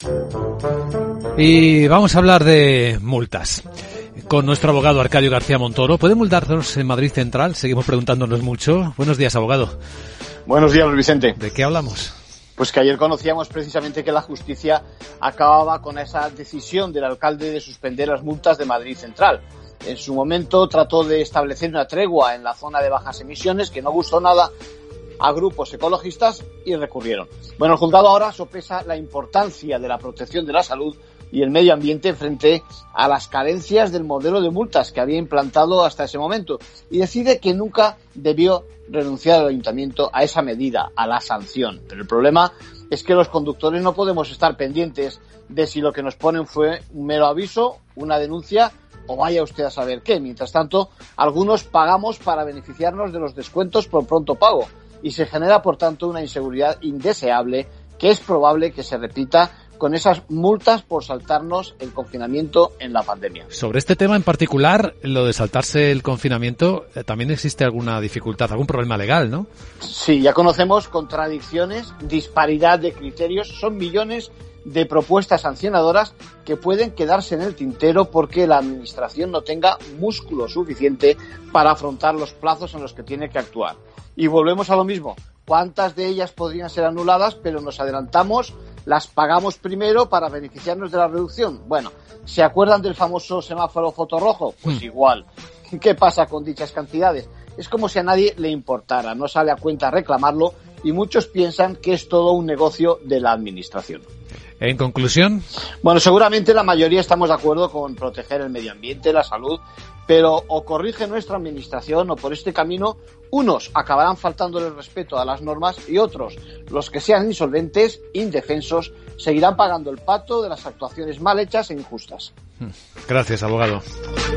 Y vamos a hablar de multas con nuestro abogado Arcadio García Montoro. ¿Puede multarnos en Madrid Central? Seguimos preguntándonos mucho. Buenos días, abogado. Buenos días, Luis Vicente. ¿De qué hablamos? Pues que ayer conocíamos precisamente que la justicia acababa con esa decisión del alcalde de suspender las multas de Madrid Central. En su momento trató de establecer una tregua en la zona de bajas emisiones que no gustó nada a grupos ecologistas y recurrieron. Bueno, el juzgado ahora sopesa la importancia de la protección de la salud y el medio ambiente frente a las carencias del modelo de multas que había implantado hasta ese momento y decide que nunca debió renunciar el ayuntamiento a esa medida, a la sanción. Pero el problema es que los conductores no podemos estar pendientes de si lo que nos ponen fue un mero aviso, una denuncia o vaya usted a saber qué. Mientras tanto, algunos pagamos para beneficiarnos de los descuentos por pronto pago y se genera, por tanto, una inseguridad indeseable que es probable que se repita con esas multas por saltarnos el confinamiento en la pandemia. Sobre este tema en particular, lo de saltarse el confinamiento, también existe alguna dificultad, algún problema legal, ¿no? Sí, ya conocemos contradicciones, disparidad de criterios, son millones de propuestas sancionadoras que pueden quedarse en el tintero porque la administración no tenga músculo suficiente para afrontar los plazos en los que tiene que actuar. Y volvemos a lo mismo. ¿Cuántas de ellas podrían ser anuladas, pero nos adelantamos, las pagamos primero para beneficiarnos de la reducción? Bueno, ¿se acuerdan del famoso semáforo fotorrojo? Pues igual. ¿Qué pasa con dichas cantidades? Es como si a nadie le importara, no sale a cuenta reclamarlo y muchos piensan que es todo un negocio de la administración. En conclusión. Bueno, seguramente la mayoría estamos de acuerdo con proteger el medio ambiente, la salud, pero o corrige nuestra administración o por este camino unos acabarán faltándole el respeto a las normas y otros, los que sean insolventes, indefensos, seguirán pagando el pato de las actuaciones mal hechas e injustas. Gracias, abogado.